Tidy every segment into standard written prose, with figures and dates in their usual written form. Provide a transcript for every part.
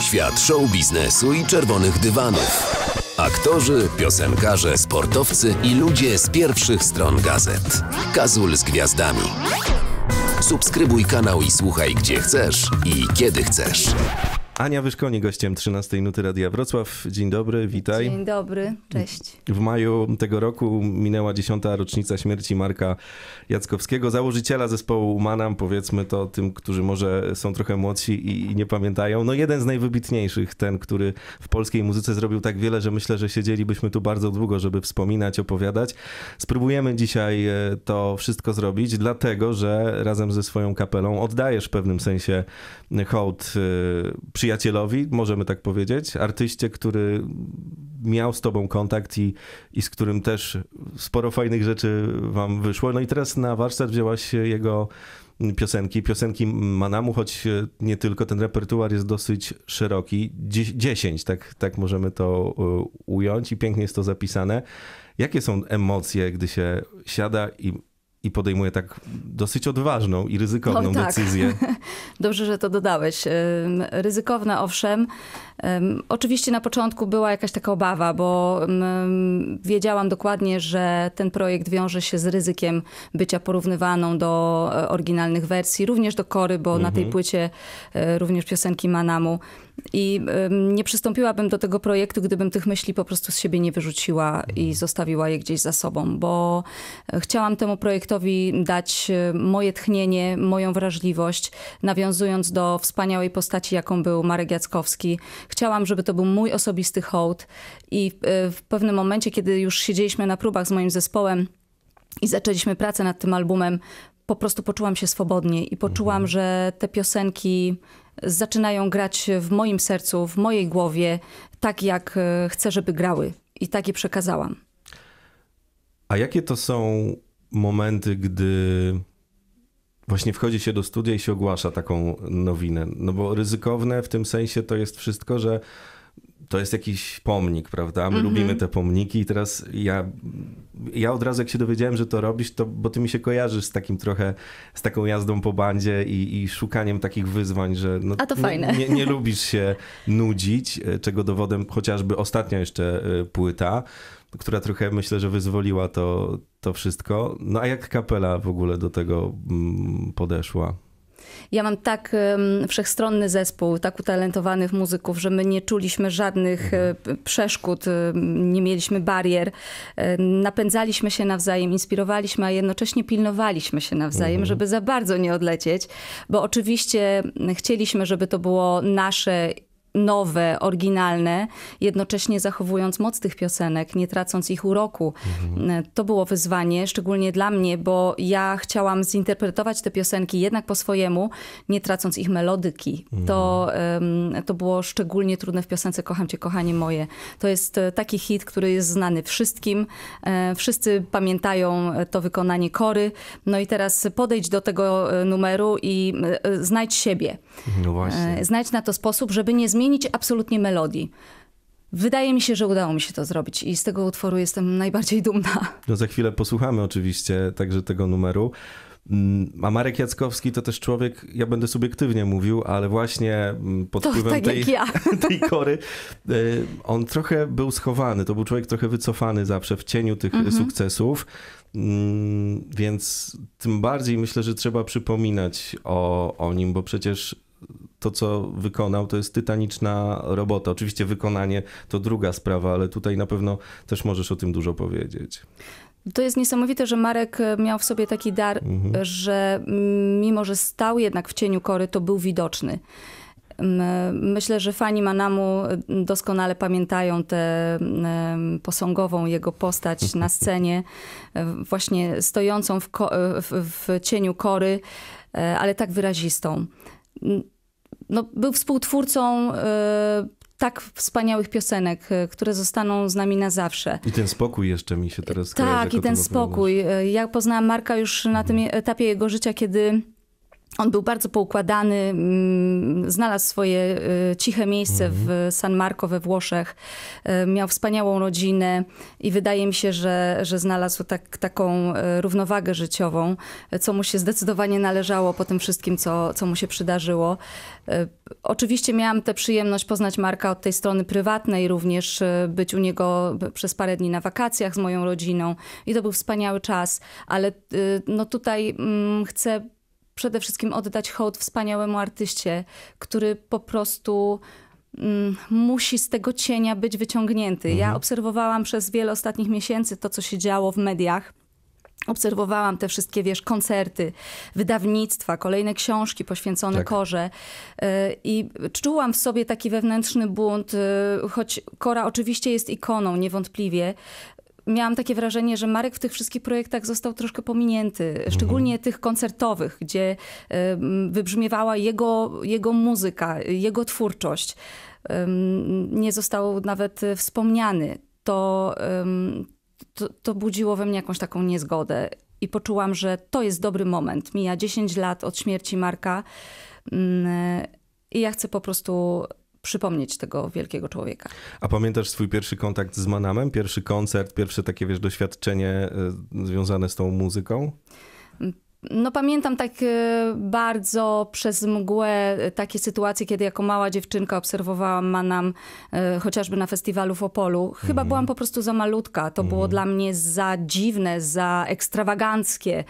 Świat show biznesu i czerwonych dywanów. Aktorzy, piosenkarze, sportowcy i ludzie z pierwszych stron gazet. Kazul z gwiazdami. Subskrybuj kanał i słuchaj gdzie chcesz i kiedy chcesz. Ania Wyszkoni, gościem 13 Nuty Radia Wrocław. Dzień dobry, witaj. Dzień dobry, cześć. W maju tego roku minęła 10. rocznica śmierci Marka Jackowskiego, założyciela zespołu Manam, powiedzmy to tym, którzy może są trochę młodsi i nie pamiętają. No jeden z najwybitniejszych, ten, który w polskiej muzyce zrobił tak wiele, że myślę, że siedzielibyśmy tu bardzo długo, żeby wspominać, opowiadać. Spróbujemy dzisiaj to wszystko zrobić, dlatego, że razem ze swoją kapelą oddajesz w pewnym sensie hołd przyjacielowi, możemy tak powiedzieć, artyście, który miał z tobą kontakt i z którym też sporo fajnych rzeczy wam wyszło. No i teraz na warsztat wzięłaś jego piosenki Manamu, choć nie tylko, ten repertuar jest dosyć szeroki. 10, tak możemy to ująć i pięknie jest to zapisane. Jakie są emocje, gdy się siada i podejmuje tak dosyć odważną i ryzykowną decyzję? Dobrze, że to dodałeś. Ryzykowne, owszem. Oczywiście na początku była jakaś taka obawa, bo wiedziałam dokładnie, że ten projekt wiąże się z ryzykiem bycia porównywaną do oryginalnych wersji, również do Kory, bo na tej płycie również piosenki Manamu. I nie przystąpiłabym do tego projektu, gdybym tych myśli po prostu z siebie nie wyrzuciła i zostawiła je gdzieś za sobą, bo chciałam temu projektowi dać moje tchnienie, moją wrażliwość, nawiązując do wspaniałej postaci, jaką był Marek Jackowski. Chciałam, żeby to był mój osobisty hołd i w pewnym momencie, kiedy już siedzieliśmy na próbach z moim zespołem i zaczęliśmy pracę nad tym albumem, po prostu poczułam się swobodnie i poczułam, że te piosenki zaczynają grać w moim sercu, w mojej głowie, tak jak chcę, żeby grały. I tak je przekazałam. A jakie to są momenty, gdy właśnie wchodzi się do studia i się ogłasza taką nowinę? No bo ryzykowne w tym sensie to jest wszystko, że to jest jakiś pomnik, prawda? My lubimy te pomniki i teraz ja od razu jak się dowiedziałem, że to robisz, to bo ty mi się kojarzysz z takim trochę, z taką jazdą po bandzie i szukaniem takich wyzwań, że no, a to fajne. Nie lubisz się nudzić, czego dowodem chociażby ostatnia jeszcze płyta, która trochę myślę, że wyzwoliła to wszystko. No a jak kapela w ogóle do tego podeszła? Ja mam tak wszechstronny zespół, tak utalentowanych muzyków, że my nie czuliśmy żadnych przeszkód, nie mieliśmy barier. Napędzaliśmy się nawzajem, inspirowaliśmy, a jednocześnie pilnowaliśmy się nawzajem, żeby za bardzo nie odlecieć, bo oczywiście chcieliśmy, żeby to było nasze, nowe, oryginalne, jednocześnie zachowując moc tych piosenek, nie tracąc ich uroku. To było wyzwanie, szczególnie dla mnie, bo ja chciałam zinterpretować te piosenki jednak po swojemu, nie tracąc ich melodyki. To było szczególnie trudne w piosence Kocham Cię, kochanie moje. To jest taki hit, który jest znany wszystkim. Wszyscy pamiętają to wykonanie Kory. No i teraz podejdź do tego numeru i znajdź siebie. No właśnie. Znajdź na to sposób, żeby nie zmienić absolutnie melodii. Wydaje mi się, że udało mi się to zrobić i z tego utworu jestem najbardziej dumna. No za chwilę posłuchamy oczywiście także tego numeru. A Marek Jackowski to też człowiek, ja będę subiektywnie mówił, ale właśnie pod wpływem tej Kory, on trochę był schowany. To był człowiek trochę wycofany zawsze w cieniu tych sukcesów. Więc tym bardziej myślę, że trzeba przypominać o nim, bo przecież to, co wykonał, to jest tytaniczna robota. Oczywiście wykonanie to druga sprawa, ale tutaj na pewno też możesz o tym dużo powiedzieć. To jest niesamowite, że Marek miał w sobie taki dar, że mimo, że stał jednak w cieniu Kory, to był widoczny. Myślę, że fani Manamu doskonale pamiętają tę posągową jego postać na scenie, właśnie stojącą w cieniu Kory, ale tak wyrazistą. No, był współtwórcą tak wspaniałych piosenek, które zostaną z nami na zawsze. I ten spokój jeszcze mi się teraz kojarzy. Tak, i ten spokój. Ja poznałam Marka już na tym etapie jego życia, kiedy On był bardzo poukładany, znalazł swoje ciche miejsce w San Marco we Włoszech, miał wspaniałą rodzinę i wydaje mi się, że znalazł taką równowagę życiową, co mu się zdecydowanie należało po tym wszystkim, co mu się przydarzyło. Oczywiście miałam tę przyjemność poznać Marka od tej strony prywatnej, również być u niego przez parę dni na wakacjach z moją rodziną i to był wspaniały czas, ale no tutaj chcę przede wszystkim oddać hołd wspaniałemu artyście, który po prostu musi z tego cienia być wyciągnięty. Ja obserwowałam przez wiele ostatnich miesięcy to, co się działo w mediach. Obserwowałam te wszystkie, koncerty, wydawnictwa, kolejne książki poświęcone Korze i czułam w sobie taki wewnętrzny bunt, choć Kora oczywiście jest ikoną, niewątpliwie. Miałam takie wrażenie, że Marek w tych wszystkich projektach został troszkę pominięty, szczególnie tych koncertowych, gdzie wybrzmiewała jego muzyka, jego twórczość. Nie został nawet wspomniany. To budziło we mnie jakąś taką niezgodę i poczułam, że to jest dobry moment. Mija 10 lat od śmierci Marka i ja chcę po prostu przypomnieć tego wielkiego człowieka. A pamiętasz swój pierwszy kontakt z Manamem? Pierwszy koncert, pierwsze takie, doświadczenie związane z tą muzyką? No pamiętam tak bardzo przez mgłę takie sytuacje, kiedy jako mała dziewczynka obserwowałam Manam chociażby na festiwalu w Opolu. Chyba byłam po prostu za malutka. To było dla mnie za dziwne, za ekstrawaganckie.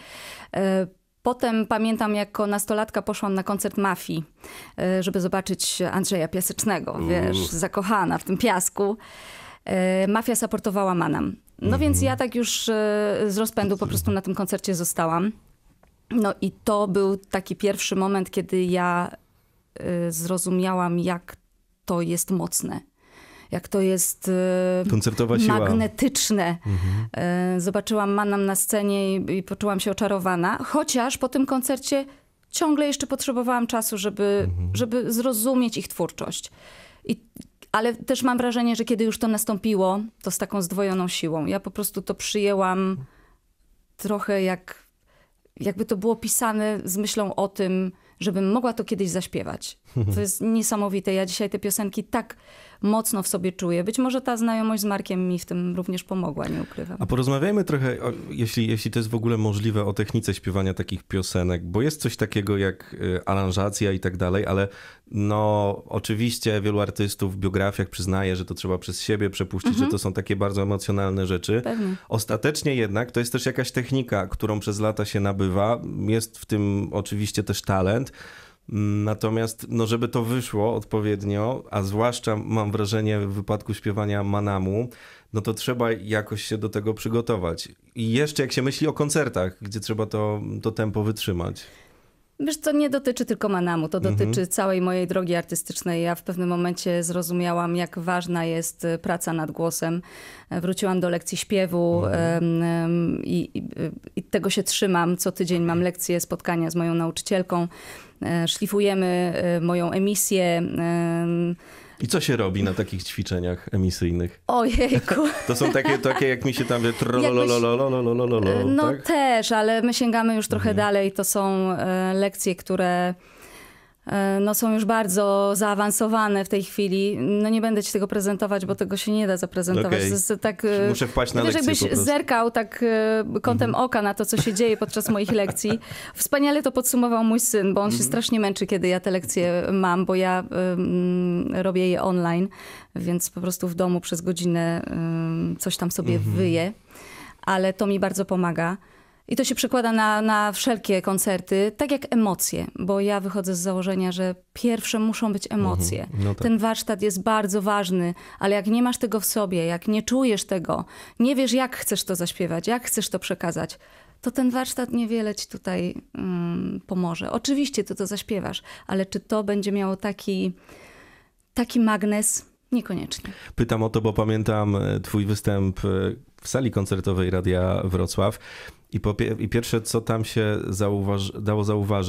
Potem pamiętam, jako nastolatka poszłam na koncert Mafii, żeby zobaczyć Andrzeja Piasecznego, zakochana w tym piasku. Mafia supportowała Manam. No więc ja tak już z rozpędu po prostu na tym koncercie zostałam. No i to był taki pierwszy moment, kiedy ja zrozumiałam, jak to jest mocne. Jak to jest koncertowa siła, magnetyczne. Zobaczyłam Manam na scenie i poczułam się oczarowana. Chociaż po tym koncercie ciągle jeszcze potrzebowałam czasu, żeby zrozumieć ich twórczość. Ale też mam wrażenie, że kiedy już to nastąpiło, to z taką zdwojoną siłą. Ja po prostu to przyjęłam trochę jakby to było pisane z myślą o tym, żebym mogła to kiedyś zaśpiewać. To jest niesamowite. Ja dzisiaj te piosenki tak mocno w sobie czuję. Być może ta znajomość z Markiem mi w tym również pomogła, nie ukrywam. A porozmawiajmy trochę, jeśli to jest w ogóle możliwe, o technice śpiewania takich piosenek, bo jest coś takiego jak aranżacja i tak dalej, ale no oczywiście wielu artystów w biografiach przyznaje, że to trzeba przez siebie przepuścić, że to są takie bardzo emocjonalne rzeczy. Pewnie. Ostatecznie jednak to jest też jakaś technika, którą przez lata się nabywa. Jest w tym oczywiście też talent. Natomiast, żeby to wyszło odpowiednio, a zwłaszcza mam wrażenie w wypadku śpiewania Manamu, no to trzeba jakoś się do tego przygotować. I jeszcze jak się myśli o koncertach, gdzie trzeba to tempo wytrzymać. Wiesz, to nie dotyczy tylko Manamu, to dotyczy całej mojej drogi artystycznej. Ja w pewnym momencie zrozumiałam, jak ważna jest praca nad głosem. Wróciłam do lekcji śpiewu i tego się trzymam. Co tydzień mam lekcje, spotkania z moją nauczycielką. Szlifujemy moją emisję. I co się robi na takich ćwiczeniach emisyjnych? Ojejku. To są takie jak mi się tam wie, no tak? też, ale my sięgamy już trochę dalej. To są lekcje, które są już bardzo zaawansowane w tej chwili. No nie będę ci tego prezentować, bo tego się nie da zaprezentować. Okay. To jest tak, muszę wpaść na lekcję po jakbyś prostu. zerkał tak kątem oka na to, co się dzieje podczas moich lekcji. Wspaniale to podsumował mój syn, bo on się strasznie męczy, kiedy ja te lekcje mam, bo ja robię je online, więc po prostu w domu przez godzinę coś tam sobie wyję. Ale to mi bardzo pomaga. I to się przekłada na wszelkie koncerty, tak jak emocje, bo ja wychodzę z założenia, że pierwsze muszą być emocje. No tak. Ten warsztat jest bardzo ważny, ale jak nie masz tego w sobie, jak nie czujesz tego, nie wiesz, jak chcesz to zaśpiewać, jak chcesz to przekazać, to ten warsztat niewiele ci tutaj pomoże. Oczywiście ty to zaśpiewasz, ale czy to będzie miało taki magnes? Niekoniecznie. Pytam o to, bo pamiętam twój występ w sali koncertowej Radia Wrocław i pierwsze, co tam się dało zauważyć,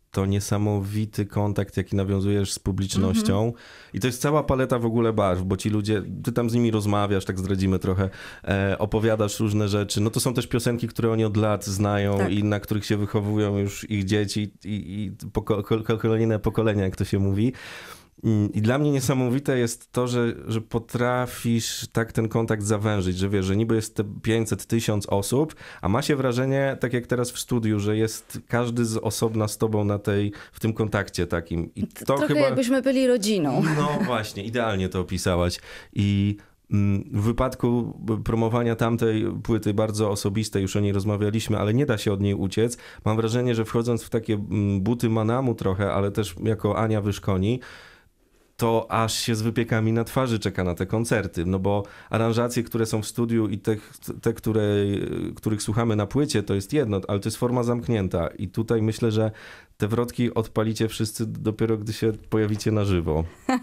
to niesamowity kontakt, jaki nawiązujesz z publicznością. I to jest cała paleta w ogóle barw, bo ci ludzie, ty tam z nimi rozmawiasz, tak zdradzimy trochę, opowiadasz różne rzeczy. No to są też piosenki, które oni od lat znają Tak. i na których się wychowują już ich dzieci i kolejne pokolenia, jak to się mówi. I dla mnie niesamowite jest to, że potrafisz tak ten kontakt zawężyć, że wiesz, że niby jest te 500, 1000 osób, a ma się wrażenie, tak jak teraz w studiu, że jest każdy z osobna z tobą w tym kontakcie takim. I to Trochę chyba... jakbyśmy byli rodziną. No właśnie, idealnie to opisałaś. I w wypadku promowania tamtej płyty, bardzo osobistej, już o niej rozmawialiśmy, ale nie da się od niej uciec. Mam wrażenie, że wchodząc w takie buty Manamu trochę, ale też jako Ania Wyszkoni, to aż się z wypiekami na twarzy czeka na te koncerty, no bo aranżacje, które są w studiu i te których słuchamy na płycie, to jest jedno, ale to jest forma zamknięta i tutaj myślę, że te wrotki odpalicie wszyscy dopiero, gdy się pojawicie na żywo.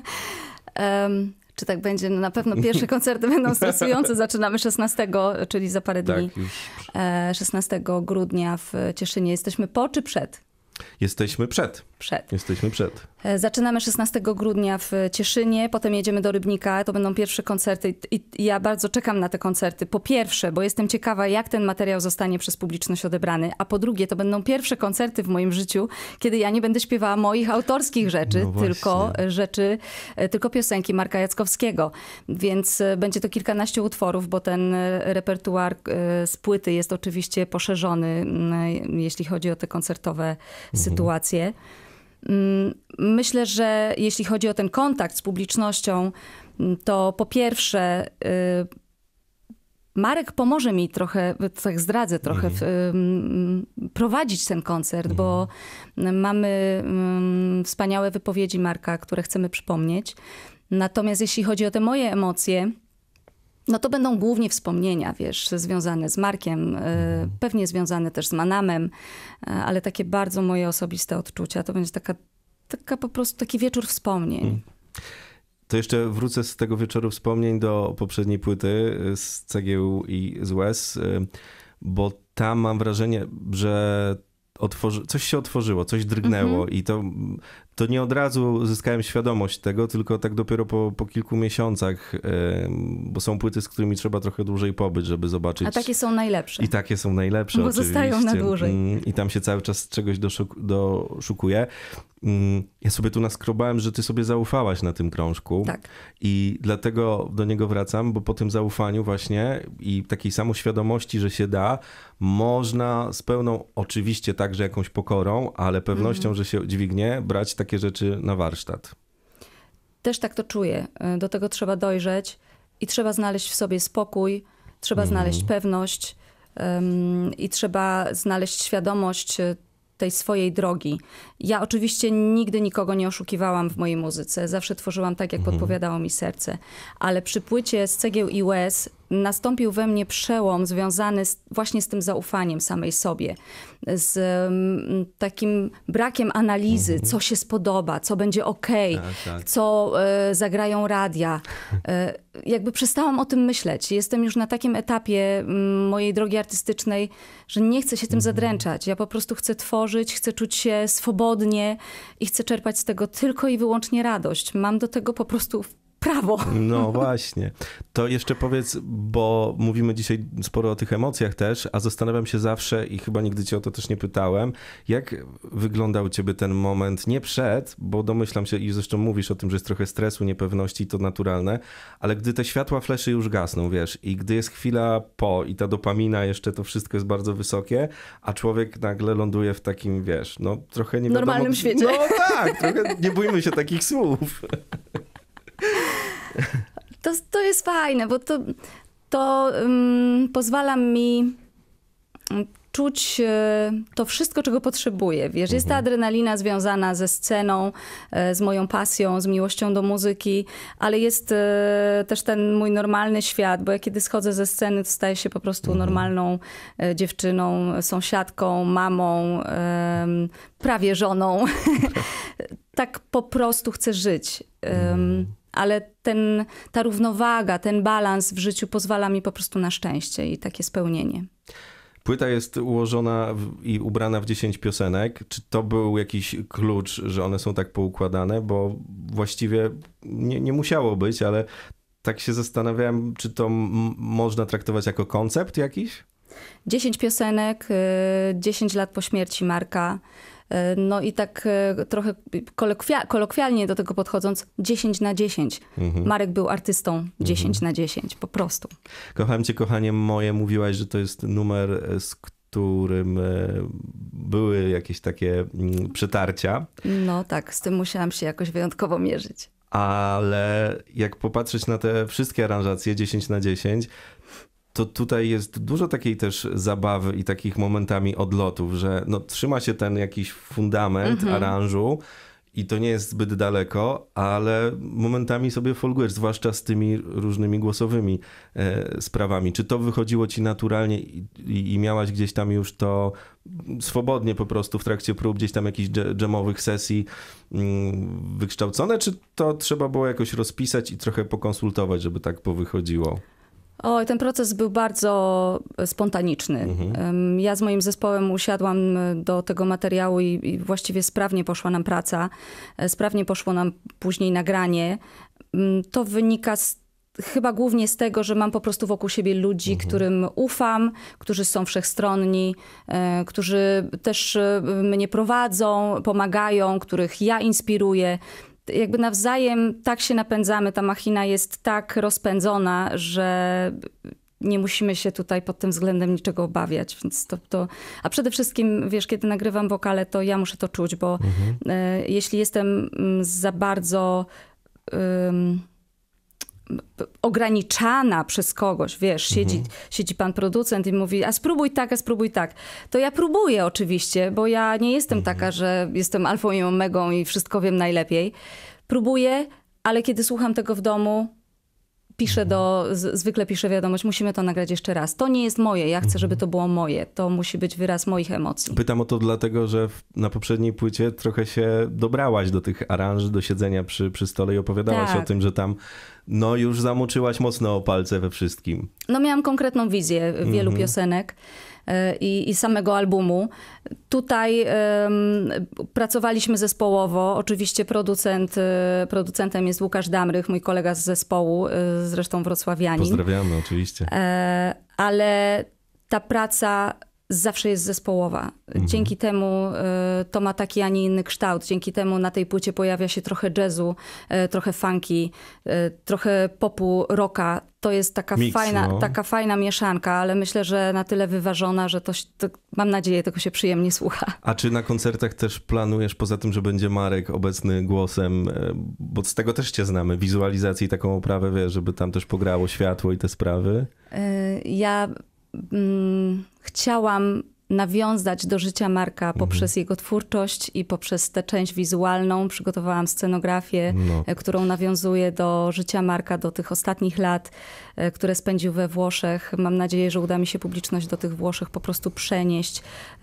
Czy tak będzie? No na pewno pierwsze koncerty będą stresujące. Zaczynamy 16, czyli za parę dni. Tak, już. 16 grudnia w Cieszynie. Jesteśmy po czy przed? Jesteśmy przed. Jesteśmy przed. Zaczynamy 16 grudnia w Cieszynie, potem jedziemy do Rybnika, to będą pierwsze koncerty i ja bardzo czekam na te koncerty. Po pierwsze, bo jestem ciekawa, jak ten materiał zostanie przez publiczność odebrany, a po drugie, to będą pierwsze koncerty w moim życiu, kiedy ja nie będę śpiewała moich autorskich rzeczy, tylko piosenki Marka Jackowskiego. Więc będzie to kilkanaście utworów, bo ten repertuar z płyty jest oczywiście poszerzony, jeśli chodzi o te koncertowe sytuacje. Myślę, że jeśli chodzi o ten kontakt z publicznością, to po pierwsze Marek pomoże mi trochę, tak zdradzę trochę, prowadzić ten koncert, bo mamy wspaniałe wypowiedzi Marka, które chcemy przypomnieć. Natomiast jeśli chodzi o te moje emocje, no to będą głównie wspomnienia, wiesz, związane z Markiem, pewnie związane też z Manamem, ale takie bardzo moje osobiste odczucia. To będzie taka po prostu taki wieczór wspomnień. To jeszcze wrócę z tego wieczoru wspomnień do poprzedniej płyty z Cegieł i z Łez, bo tam mam wrażenie, że coś się otworzyło, coś drgnęło i to nie od razu zyskałem świadomość tego, tylko tak dopiero po kilku miesiącach, bo są płyty, z którymi trzeba trochę dłużej pobyć, żeby zobaczyć. A takie są najlepsze. I takie są najlepsze, bo oczywiście. zostają na dłużej. I tam się cały czas czegoś doszukuje. Ja sobie tu naskrobałem, że ty sobie zaufałaś na tym krążku. Tak. I dlatego do niego wracam, bo po tym zaufaniu właśnie i takiej samoświadomości, że się da, można z pełną, oczywiście także jakąś pokorą, ale pewnością, że się dźwignie, brać takie rzeczy na warsztat. Też tak to czuję. Do tego trzeba dojrzeć i trzeba znaleźć w sobie spokój, trzeba znaleźć pewność i trzeba znaleźć świadomość tej swojej drogi. Ja oczywiście nigdy nikogo nie oszukiwałam w mojej muzyce. Zawsze tworzyłam tak, jak podpowiadało mi serce. Ale przy płycie z Cegieł i Łez nastąpił we mnie przełom związany właśnie z tym zaufaniem samej sobie. Z takim brakiem analizy, co się spodoba, co będzie okej, co zagrają radia. Jakby przestałam o tym myśleć. Jestem już na takim etapie mojej drogi artystycznej, że nie chcę się tym zadręczać. Ja po prostu chcę tworzyć, chcę czuć się swobodnie i chcę czerpać z tego tylko i wyłącznie radość. Mam do tego po prostu prawo. No właśnie. To jeszcze powiedz, bo mówimy dzisiaj sporo o tych emocjach też, a zastanawiam się zawsze i chyba nigdy cię o to też nie pytałem, jak wyglądał u ciebie ten moment, nie przed, bo domyślam się i zresztą mówisz o tym, że jest trochę stresu, niepewności, to naturalne, ale gdy te światła fleszy już gasną, wiesz, i gdy jest chwila po i ta dopamina jeszcze, to wszystko jest bardzo wysokie, a człowiek nagle ląduje w takim, wiesz, no trochę nie wiadomo... normalnym świecie. No tak, trochę nie bójmy się takich słów. To jest fajne, bo to pozwala mi czuć to wszystko, czego potrzebuję. Wiesz, jest ta adrenalina związana ze sceną, z moją pasją, z miłością do muzyki, ale jest też ten mój normalny świat, bo ja kiedy schodzę ze sceny, to staję się po prostu normalną dziewczyną, sąsiadką, mamą, prawie żoną. Tak po prostu chcę żyć. Ale ta równowaga, ten balans w życiu pozwala mi po prostu na szczęście i takie spełnienie. Płyta jest ułożona i ubrana w 10 piosenek. Czy to był jakiś klucz, że one są tak poukładane? Bo właściwie nie musiało być, ale tak się zastanawiałem, czy to można traktować jako koncept jakiś? 10 piosenek, 10 lat po śmierci Marka. No i tak trochę kolokwialnie do tego podchodząc, 10 na 10. Marek był artystą 10 na 10, po prostu. Kocham cię, kochanie moje, mówiłaś, że to jest numer, z którym były jakieś takie przetarcia. No tak, z tym musiałam się jakoś wyjątkowo mierzyć. Ale jak popatrzeć na te wszystkie aranżacje 10 na 10, to tutaj jest dużo takiej też zabawy i takich momentami odlotów, że no, trzyma się ten jakiś fundament aranżu i to nie jest zbyt daleko, ale momentami sobie folgujesz, zwłaszcza z tymi różnymi głosowymi sprawami. Czy to wychodziło ci naturalnie i miałaś gdzieś tam już to swobodnie po prostu w trakcie prób, gdzieś tam jakichś dżemowych sesji wykształcone, czy to trzeba było jakoś rozpisać i trochę pokonsultować, żeby tak powychodziło? Oj, ten proces był bardzo spontaniczny. Ja z moim zespołem usiadłam do tego materiału i właściwie sprawnie poszła nam praca. Sprawnie poszło nam później nagranie. To wynika chyba głównie z tego, że mam po prostu wokół siebie ludzi, którym ufam, którzy są wszechstronni, którzy też mnie prowadzą, pomagają, których ja inspiruję. Jakby nawzajem tak się napędzamy, ta machina jest tak rozpędzona, że nie musimy się tutaj pod tym względem niczego obawiać. Więc a przede wszystkim, wiesz, kiedy nagrywam wokale, to ja muszę to czuć, bo jeśli jestem za bardzo ograniczana przez kogoś, wiesz, siedzi pan producent i mówi, a spróbuj tak, to ja próbuję oczywiście, bo ja nie jestem taka, że jestem alfą i omegą i wszystko wiem najlepiej. Próbuję, ale kiedy słucham tego w domu, zwykle piszę wiadomość, musimy to nagrać jeszcze raz. To nie jest moje, ja chcę, żeby to było moje. To musi być wyraz moich emocji. Pytam o to dlatego, że na poprzedniej płycie trochę się dobrałaś do tych aranży, do siedzenia przy stole i opowiadałaś o tym, że tam no już zamoczyłaś mocno o palce we wszystkim. No miałam konkretną wizję wielu piosenek i samego albumu. Tutaj pracowaliśmy zespołowo. Oczywiście producentem jest Łukasz Damrych, mój kolega z zespołu, zresztą wrocławianin. Pozdrawiamy oczywiście. Ale ta praca zawsze jest zespołowa. Dzięki temu to ma taki, a nie inny kształt. Dzięki temu na tej płycie pojawia się trochę jazzu, trochę funky, trochę popu, rocka. To jest taka fajna mieszanka, ale myślę, że na tyle wyważona, że to mam nadzieję, tego się przyjemnie słucha. A czy na koncertach też planujesz, poza tym, że będzie Marek obecny głosem, bo z tego też cię znamy, wizualizacji, taką oprawę, wiesz, żeby tam też pograło światło i te sprawy? Ja chciałam nawiązać do życia Marka poprzez jego twórczość i poprzez tę część wizualną. Przygotowałam scenografię, którą nawiązuje do życia Marka, do tych ostatnich lat, które spędził we Włoszech. Mam nadzieję, że uda mi się publiczność do tych Włoszech po prostu przenieść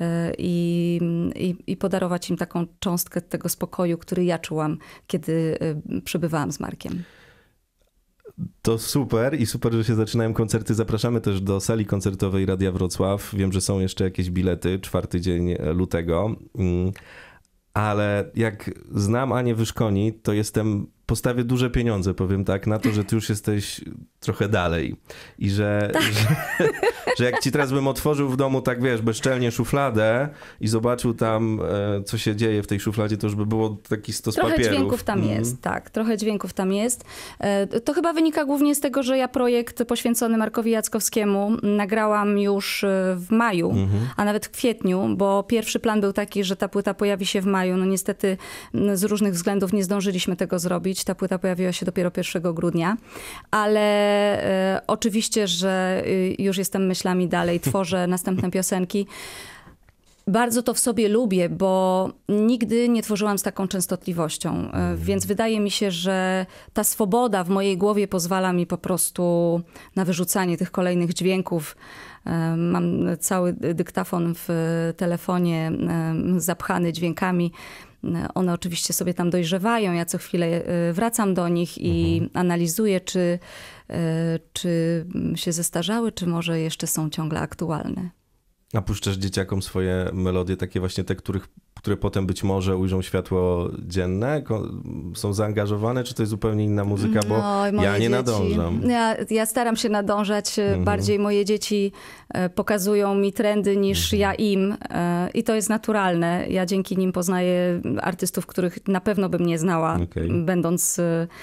i podarować im taką cząstkę tego spokoju, który ja czułam, kiedy przebywałam z Markiem. To super i super, że się zaczynają koncerty. Zapraszamy też do sali koncertowej Radia Wrocław. Wiem, że są jeszcze jakieś bilety, 4 dzień lutego. Ale jak znam Anię Wyszkoni, to postawię duże pieniądze, powiem tak, na to, że ty już jesteś trochę dalej. I że jak ci teraz bym otworzył w domu, tak wiesz, bezczelnie szufladę i zobaczył tam, co się dzieje w tej szufladzie, to już by było taki stos papierów. Trochę dźwięków tam jest, tak. Trochę dźwięków tam jest. To chyba wynika głównie z tego, że ja projekt poświęcony Markowi Jackowskiemu nagrałam już w maju, a nawet w kwietniu, bo pierwszy plan był taki, że ta płyta pojawi się w maju. No niestety z różnych względów nie zdążyliśmy tego zrobić. Ta płyta pojawiła się dopiero 1 grudnia, ale oczywiście, że już jestem myślami dalej, tworzę następne piosenki. Bardzo to w sobie lubię, bo nigdy nie tworzyłam z taką częstotliwością, więc wydaje mi się, że ta swoboda w mojej głowie pozwala mi po prostu na wyrzucanie tych kolejnych dźwięków. Mam cały dyktafon w telefonie zapchany dźwiękami. One oczywiście sobie tam dojrzewają. Ja co chwilę wracam do nich i analizuję, czy się zestarzały, czy może jeszcze są ciągle aktualne. A puszczasz dzieciakom swoje melodie, takie właśnie te, które potem być może ujrzą światło dzienne? Są zaangażowane, czy to jest zupełnie inna muzyka? Bo ja nie nadążam. Ja staram się nadążać. Bardziej moje dzieci pokazują mi trendy niż ja im. I to jest naturalne. Ja dzięki nim poznaję artystów, których na pewno bym nie znała, będąc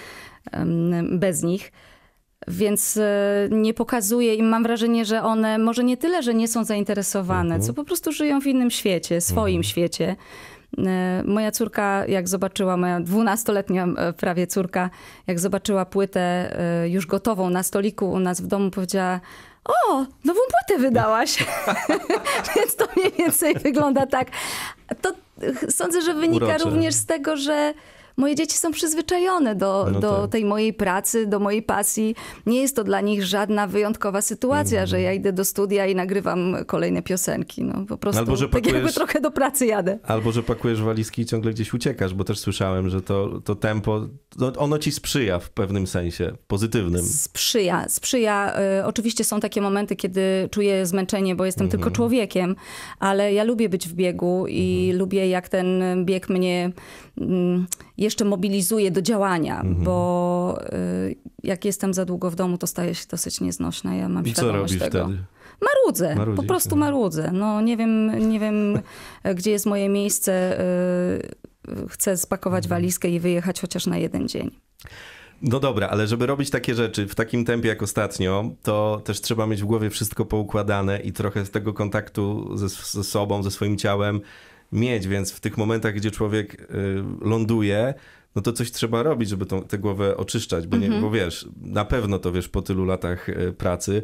bez nich. Więc nie pokazuję im, mam wrażenie, że one może nie tyle, że nie są zainteresowane, co po prostu żyją w innym świecie, swoim świecie. Moja córka, jak zobaczyła, moja 12-letnia prawie córka, jak zobaczyła płytę już gotową na stoliku u nas w domu, powiedziała: o, nową płytę wydałaś. Więc to mniej więcej wygląda tak. To sądzę, że wynika również z tego, że moje dzieci są przyzwyczajone do tej mojej pracy, do mojej pasji. Nie jest to dla nich żadna wyjątkowa sytuacja, że ja idę do studia i nagrywam kolejne piosenki. No, po prostu albo, że pakujesz, tak jakby trochę do pracy jadę. Albo, że pakujesz walizki i ciągle gdzieś uciekasz, bo też słyszałem, że to tempo, ono ci sprzyja w pewnym sensie, pozytywnym. Sprzyja. Oczywiście są takie momenty, kiedy czuję zmęczenie, bo jestem tylko człowiekiem, ale ja lubię być w biegu i lubię, jak ten bieg mnie jeszcze mobilizuje do działania, bo jak jestem za długo w domu, to staję się dosyć nieznośna. Ja mam świadomość tego. Co robisz wtedy? Marudzę. Po prostu marudzę. No, nie wiem, gdzie jest moje miejsce. Chcę spakować walizkę i wyjechać chociaż na jeden dzień. No dobra, ale żeby robić takie rzeczy w takim tempie jak ostatnio, to też trzeba mieć w głowie wszystko poukładane i trochę z tego kontaktu ze sobą, ze swoim ciałem mieć, więc w tych momentach, gdzie człowiek ląduje, no to coś trzeba robić, żeby tę głowę oczyszczać, bo, bo wiesz, na pewno to wiesz po tylu latach pracy,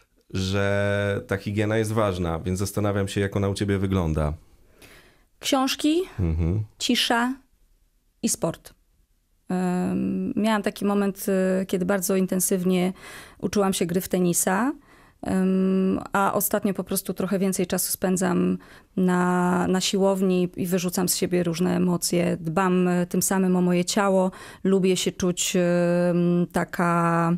że ta higiena jest ważna, więc zastanawiam się, jak ona u ciebie wygląda. Książki, cisza i sport. Miałam taki moment, kiedy bardzo intensywnie uczyłam się gry w tenisa, a ostatnio po prostu trochę więcej czasu spędzam na siłowni i wyrzucam z siebie różne emocje. Dbam tym samym o moje ciało. Lubię się czuć taka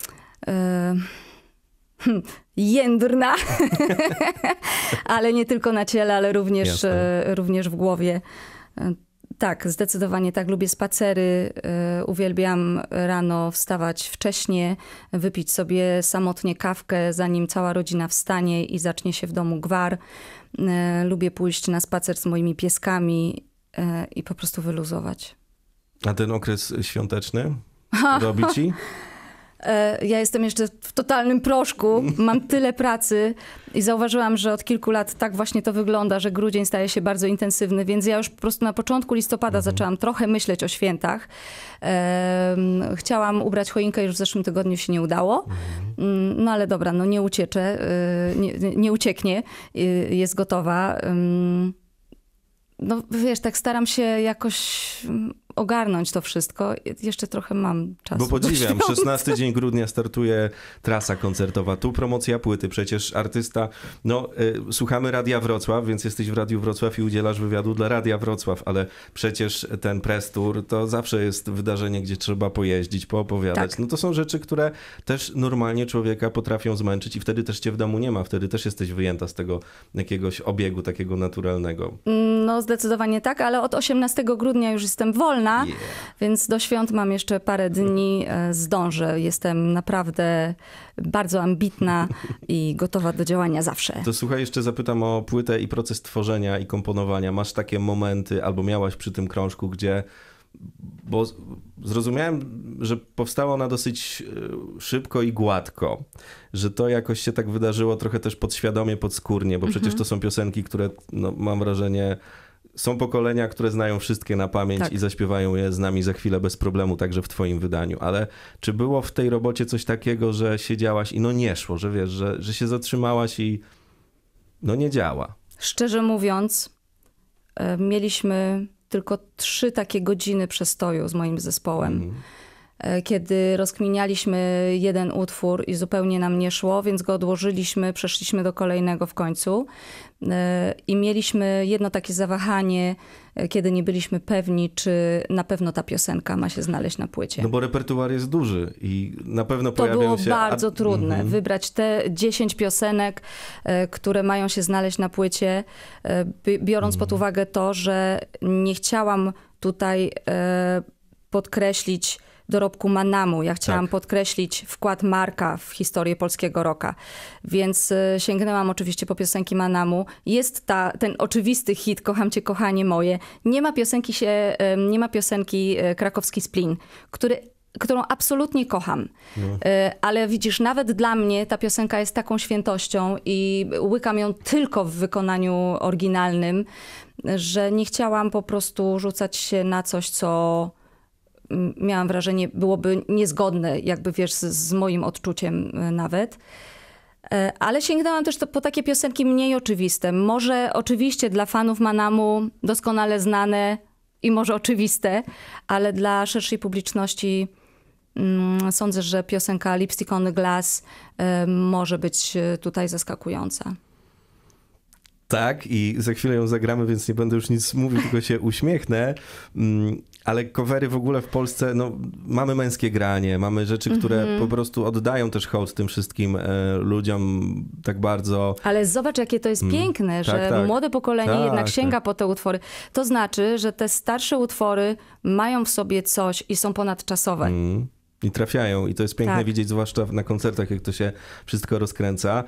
jędrna, ale nie tylko na ciele, ale również w głowie. Tak, zdecydowanie tak. Lubię spacery, uwielbiam rano wstawać wcześnie, wypić sobie samotnie kawkę, zanim cała rodzina wstanie i zacznie się w domu gwar. Lubię pójść na spacer z moimi pieskami i po prostu wyluzować. A ten okres świąteczny robi ci? Ja jestem jeszcze w totalnym proszku, mam tyle pracy i zauważyłam, że od kilku lat tak właśnie to wygląda, że grudzień staje się bardzo intensywny, więc ja już po prostu na początku listopada zaczęłam trochę myśleć o świętach. Chciałam ubrać choinkę, już w zeszłym tygodniu się nie udało, no ale dobra, no nie ucieczę, nie ucieknie, jest gotowa. No wiesz, tak staram się jakoś ogarnąć to wszystko. Jeszcze trochę mam czasu. Bo podziwiam, 16 dzień grudnia startuje trasa koncertowa. Tu promocja płyty, przecież artysta, no słuchamy Radia Wrocław, więc jesteś w Radiu Wrocław i udzielasz wywiadu dla Radia Wrocław, ale przecież ten press tour to zawsze jest wydarzenie, gdzie trzeba pojeździć, poopowiadać. Tak. No to są rzeczy, które też normalnie człowieka potrafią zmęczyć i wtedy też cię w domu nie ma, wtedy też jesteś wyjęta z tego jakiegoś obiegu takiego naturalnego. No zdecydowanie tak, ale od 18 grudnia już jestem wolna, więc do świąt mam jeszcze parę dni, zdążę. Jestem naprawdę bardzo ambitna i gotowa do działania zawsze. To słuchaj, jeszcze zapytam o płytę i proces tworzenia i komponowania. Masz takie momenty, albo miałaś przy tym krążku, gdzie... Bo zrozumiałem, że powstała ona dosyć szybko i gładko, że to jakoś się tak wydarzyło trochę też podświadomie, podskórnie, bo przecież to są piosenki, które, no, mam wrażenie, są pokolenia, które znają wszystkie na pamięć i zaśpiewają je z nami za chwilę bez problemu, także w twoim wydaniu. Ale czy było w tej robocie coś takiego, że siedziałaś i no nie szło, że wiesz, że się zatrzymałaś i no nie działa? Szczerze mówiąc, mieliśmy tylko 3 takie godziny przestoju z moim zespołem. kiedy rozkminialiśmy jeden utwór i zupełnie nam nie szło, więc go odłożyliśmy, przeszliśmy do kolejnego w końcu. I mieliśmy jedno takie zawahanie, kiedy nie byliśmy pewni, czy na pewno ta piosenka ma się znaleźć na płycie. No bo repertuar jest duży i na pewno To pojawią było się... bardzo trudne, wybrać te 10 piosenek, które mają się znaleźć na płycie, biorąc pod uwagę to, że nie chciałam tutaj podkreślić dorobku Manamu. Ja chciałam podkreślić wkład Marka w historię polskiego rocka. Więc sięgnęłam oczywiście po piosenki Manamu. Jest ten oczywisty hit Kocham cię, kochanie moje. Nie ma piosenki Krakowski Splin, którą absolutnie kocham. Ale widzisz, nawet dla mnie ta piosenka jest taką świętością i łykam ją tylko w wykonaniu oryginalnym, że nie chciałam po prostu rzucać się na coś, co miałam wrażenie, byłoby niezgodne, jakby wiesz, z moim odczuciem nawet. Ale sięgnęłam też po takie piosenki mniej oczywiste. Może oczywiście dla fanów Manamu doskonale znane i może oczywiste, ale dla szerszej publiczności sądzę, że piosenka Lipstick on the Glass może być tutaj zaskakująca. Tak, i za chwilę ją zagramy, więc nie będę już nic mówił, tylko się uśmiechnę. Ale covery w ogóle w Polsce, no mamy męskie granie, mamy rzeczy, które po prostu oddają też hołd tym wszystkim ludziom tak bardzo. Ale zobacz, jakie to jest piękne, że młode pokolenie jednak sięga po te utwory. To znaczy, że te starsze utwory mają w sobie coś i są ponadczasowe. I trafiają. I to jest piękne widzieć, zwłaszcza na koncertach, jak to się wszystko rozkręca.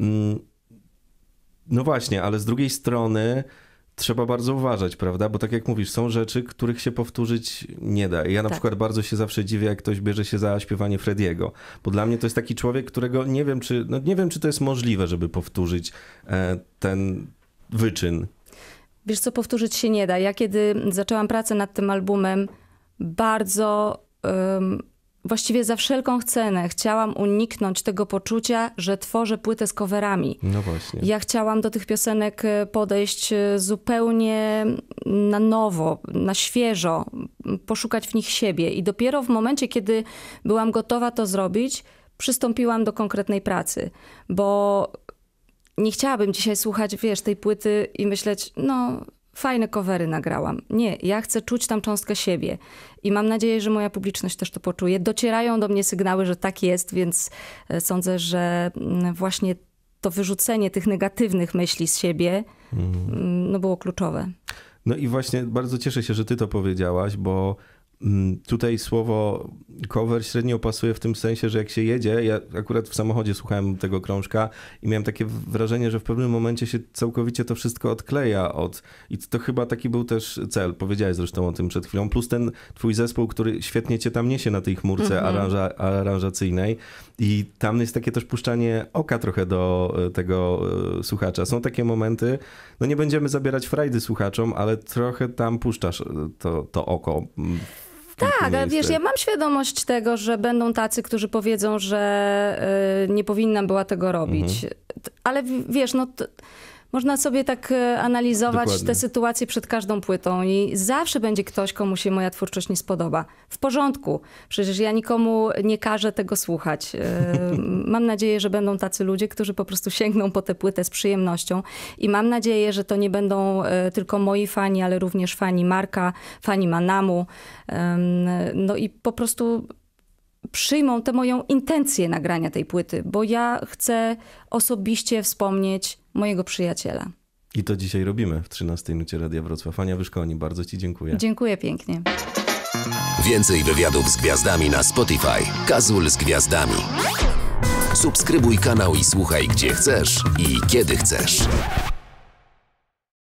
No właśnie, ale z drugiej strony trzeba bardzo uważać, prawda? Bo tak jak mówisz, są rzeczy, których się powtórzyć nie da. Ja na przykład bardzo się zawsze dziwię, jak ktoś bierze się za śpiewanie Frediego. Bo dla mnie to jest taki człowiek, którego nie wiem, czy to jest możliwe, żeby powtórzyć ten wyczyn. Wiesz co, powtórzyć się nie da. Ja kiedy zaczęłam pracę nad tym albumem, bardzo... Właściwie za wszelką cenę chciałam uniknąć tego poczucia, że tworzę płytę z coverami. No właśnie. Ja chciałam do tych piosenek podejść zupełnie na nowo, na świeżo, poszukać w nich siebie. I dopiero w momencie, kiedy byłam gotowa to zrobić, przystąpiłam do konkretnej pracy. Bo nie chciałabym dzisiaj słuchać, wiesz, tej płyty i myśleć, no... fajne covery nagrałam. Nie, ja chcę czuć tam cząstkę siebie. I mam nadzieję, że moja publiczność też to poczuje. Docierają do mnie sygnały, że tak jest, więc sądzę, że właśnie to wyrzucenie tych negatywnych myśli z siebie no było kluczowe. No i właśnie bardzo cieszę się, że ty to powiedziałaś, bo tutaj słowo cover średnio pasuje w tym sensie, że jak się jedzie, ja akurat w samochodzie słuchałem tego krążka i miałem takie wrażenie, że w pewnym momencie się całkowicie to wszystko odkleja i to chyba taki był też cel, powiedziałeś zresztą o tym przed chwilą, plus ten twój zespół, który świetnie cię tam niesie na tej chmurce aranżacyjnej i tam jest takie też puszczanie oka trochę do tego słuchacza. Są takie momenty, no nie będziemy zabierać frajdy słuchaczom, ale trochę tam puszczasz to oko. Tak, ale wiesz, ja mam świadomość tego, że będą tacy, którzy powiedzą, że nie powinnam była tego robić. Ale wiesz, no można sobie tak analizować te sytuacje przed każdą płytą i zawsze będzie ktoś, komu się moja twórczość nie spodoba. W porządku. Przecież ja nikomu nie każę tego słuchać. Mam nadzieję, że będą tacy ludzie, którzy po prostu sięgną po tę płytę z przyjemnością i mam nadzieję, że to nie będą tylko moi fani, ale również fani Marka, fani Manamu. No i po prostu przyjmą tę moją intencję nagrania tej płyty, bo ja chcę osobiście wspomnieć mojego przyjaciela. I to dzisiaj robimy w 13 nucie Radia Wrocław. Ania Wyszkoni, bardzo ci dziękuję. Dziękuję pięknie. Więcej wywiadów z gwiazdami na Spotify. Kazul z gwiazdami. Subskrybuj kanał i słuchaj gdzie chcesz i kiedy chcesz.